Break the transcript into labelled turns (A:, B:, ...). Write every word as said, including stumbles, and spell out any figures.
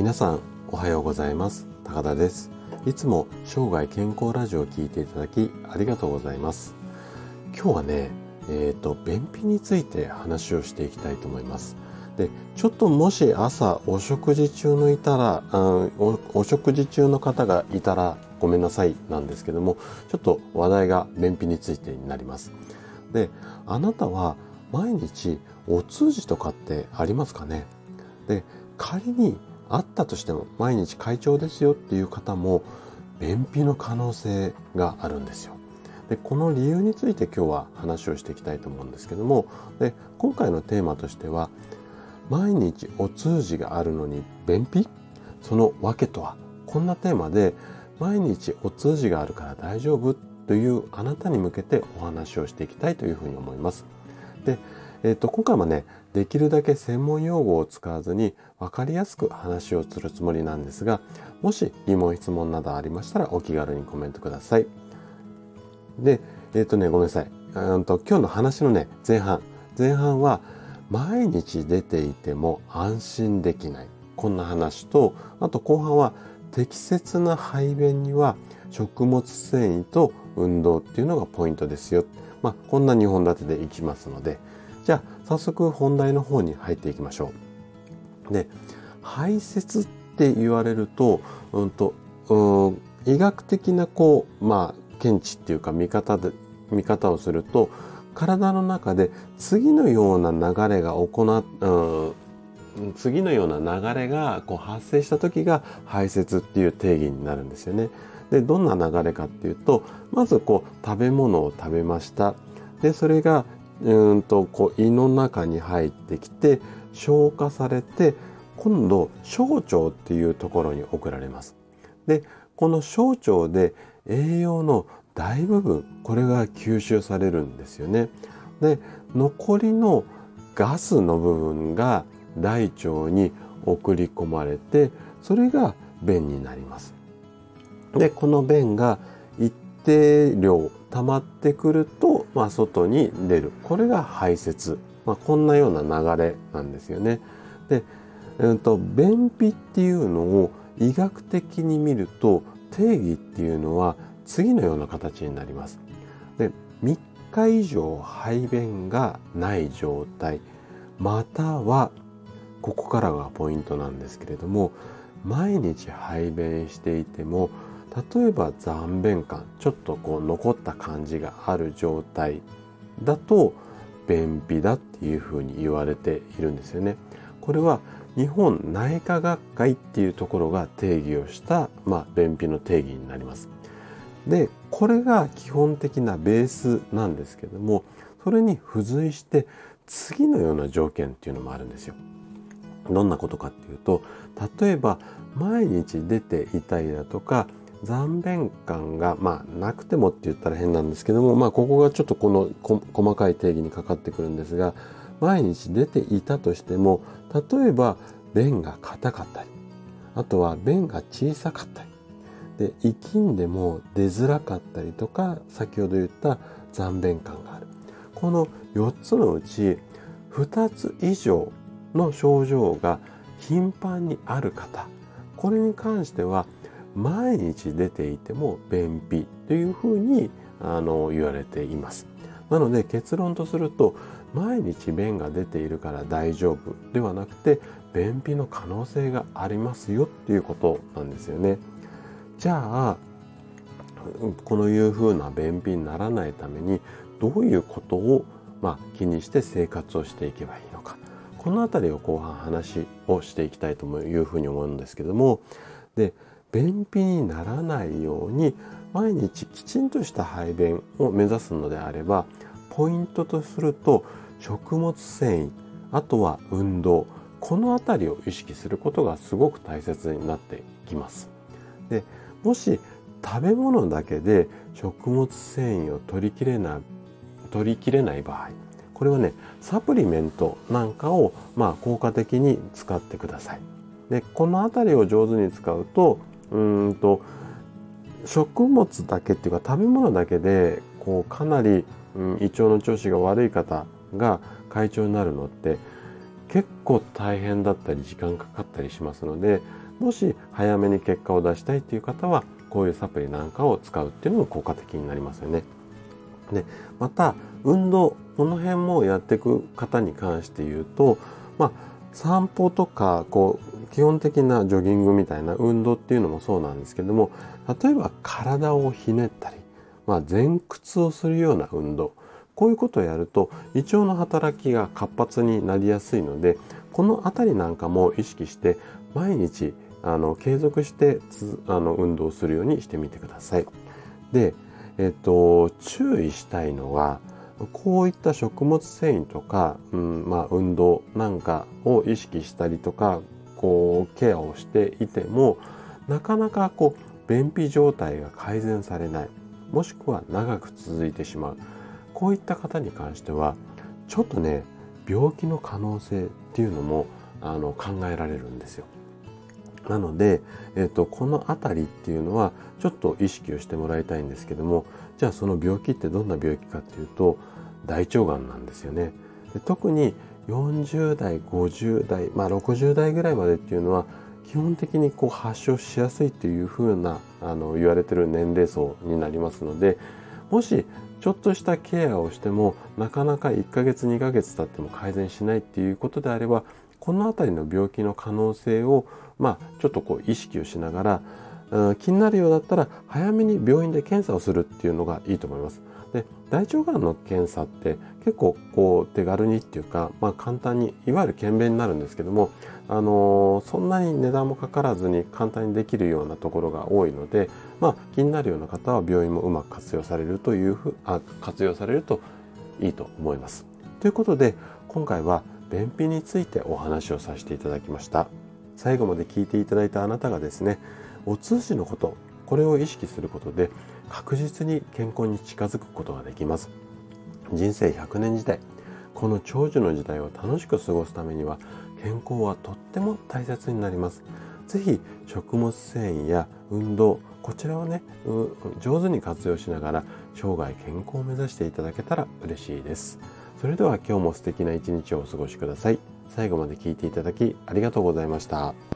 A: 皆さんおはようございます。高田です。いつも生涯健康ラジオを聞いていただきありがとうございます。今日はね、えっと便秘について話をしていきたいと思います。で、ちょっともし朝お食事中のいたら、お、お食事中の方がいたらごめんなさいなんですけども、ちょっと話題が便秘についてになります。で、あなたは毎日お通じとかってありますかね？で、仮にあったとしても毎日快調ですよっていう方も便秘の可能性があるんですよ。で、この理由について今日は話をしていきたいと思うんですけども、で、今回のテーマとしては、毎日お通じがあるのに便秘？その訳とは？こんなテーマで、毎日お通じがあるから大丈夫というあなたに向けてお話をしていきたいというふうに思います。で、えっと、今回もね、できるだけ専門用語を使わずに分かりやすく話をするつもりなんですが、もし疑問質問などありましたらお気軽にコメントください。で、えっとね、ごめんなさい。うんと、今日の話のね、前半。前半は、毎日出ていても安心できない。こんな話と、あと後半は、適切な排便には食物繊維と運動っていうのがポイントですよ。まあ、こんなにほん立てでいきますので、じゃあ早速本題の方に入っていきましょう。で、排泄って言われると、うんと、うん、医学的なこう、まあ、見地っていうか見方で、見方をすると、体の中で次のような流れが行っ、うん、次のような流れがこう発生した時が排泄っていう定義になるんですよね。で、どんな流れかっていうと、まずこう食べ物を食べました。で、それがうんとこう胃の中に入ってきて消化されて、今度小腸っていうところに送られます。で、この小腸で栄養の大部分、これが吸収されるんですよね。で、残りのガスの部分が大腸に送り込まれて、それが便になります。で、この便が一定量溜まってくると、まあ、外に出る。これが排泄。まあ、こんなような流れなんですよね。で、えーと、便秘っていうのを医学的に見ると、定義っていうのは次のような形になります。で、みっか以上排便がない状態、または、ここからがポイントなんですけれども、毎日排便していても、例えば残便感、ちょっとこう残った感じがある状態だと便秘だっていうふうに言われているんですよね。これは日本内科学会っていうところが定義をした、まあ、便秘の定義になります。で、これが基本的なベースなんですけども、それに付随して次のような条件っていうのもあるんですよ。どんなことかっていうと、例えば毎日出ていたりだとか、残便感が、まあ、なくてもって言ったら変なんですけども、まあ、ここがちょっとこの細かい定義にかかってくるんですが、毎日出ていたとしても、例えば便が硬かったり、あとは便が小さかったり、で、息んでも出づらかったりとか、先ほど言った残便感がある。このよっつのうちふたつ以上の症状が頻繁にある方、これに関しては毎日出ていても便秘というふうにあの言われています。なので結論とすると、毎日便が出ているから大丈夫ではなくて、便秘の可能性がありますよっていうことなんですよね。じゃあ、このいうふうな便秘にならないためにどういうことを、まあ、気にして生活をしていけばいいのか。このあたりを後半話をしていきたいというふうに思うんですけども、で、便秘にならないように毎日きちんとした排便を目指すのであれば、ポイントとすると食物繊維、あとは運動、このあたりを意識することがすごく大切になってきます。で、もし食べ物だけで食物繊維を取りきれない、取りきれない場合、これはね、サプリメントなんかをまあ効果的に使ってください。で、このあたりを上手に使うと、うーんと食物だけっていうか食べ物だけでこうかなり、うん、胃腸の調子が悪い方が快調になるのって結構大変だったり時間かかったりしますので、 もし早めに結果を出したいという方はこういうサプリなんかを使うっていうのも効果的になりますよね。でまた運動、この辺もやっていく方に関して言うと、まあ、散歩とかこう基本的なジョギングみたいな運動っていうのもそうなんですけども、例えば体をひねったり、まあ、前屈をするような運動、こういうことをやると胃腸の働きが活発になりやすいので、このあたりなんかも意識して毎日あの継続してつあの運動するようにしてみてください。で、えっと、注意したいのは、こういった食物繊維とか、うんまあ、運動なんかを意識したりとかこうケアをしていても、なかなかこう便秘状態が改善されない、もしくは長く続いてしまう、こういった方に関してはちょっとね、病気の可能性っていうのもあの考えられるんですよ。なので、えっと、このあたりっていうのはちょっと意識をしてもらいたいんですけども、じゃあその病気ってどんな病気かっていうと大腸がんなんですよね。で特によんじゅう代、ごじゅう代、まあ、ろくじゅう代ぐらいまでっていうのは基本的にこう発症しやすいっていう風なあの言われてる年齢層になりますので、もしちょっとしたケアをしてもなかなかいっかげつにかげつ経っても改善しないっていうことであれば、このあたりの病気の可能性をまあちょっとこう意識をしながら、うん、気になるようだったら早めに病院で検査をするっていうのがいいと思います。で、大腸がんの検査って結構こう手軽にっていうか、まあ、簡単に、いわゆる検便になるんですけども、あのー、そんなに値段もかからずに簡単にできるようなところが多いので、まあ、気になるような方は病院もうまく活用されるというふうあ活用されるといいと思います。ということで今回は便秘についてお話をさせていただきました。最後まで聞いていただいたあなたがですね、お通じのこと、これを意識することで確実に健康に近づくことができます。人生ひゃくねん時代、この長寿の時代を楽しく過ごすためには健康はとっても大切になります。ぜひ食物繊維や運動、こちらをね上手に活用しながら生涯健康を目指していただけたら嬉しいです。それでは今日も素敵な一日をお過ごしください。最後まで聞いていただきありがとうございました。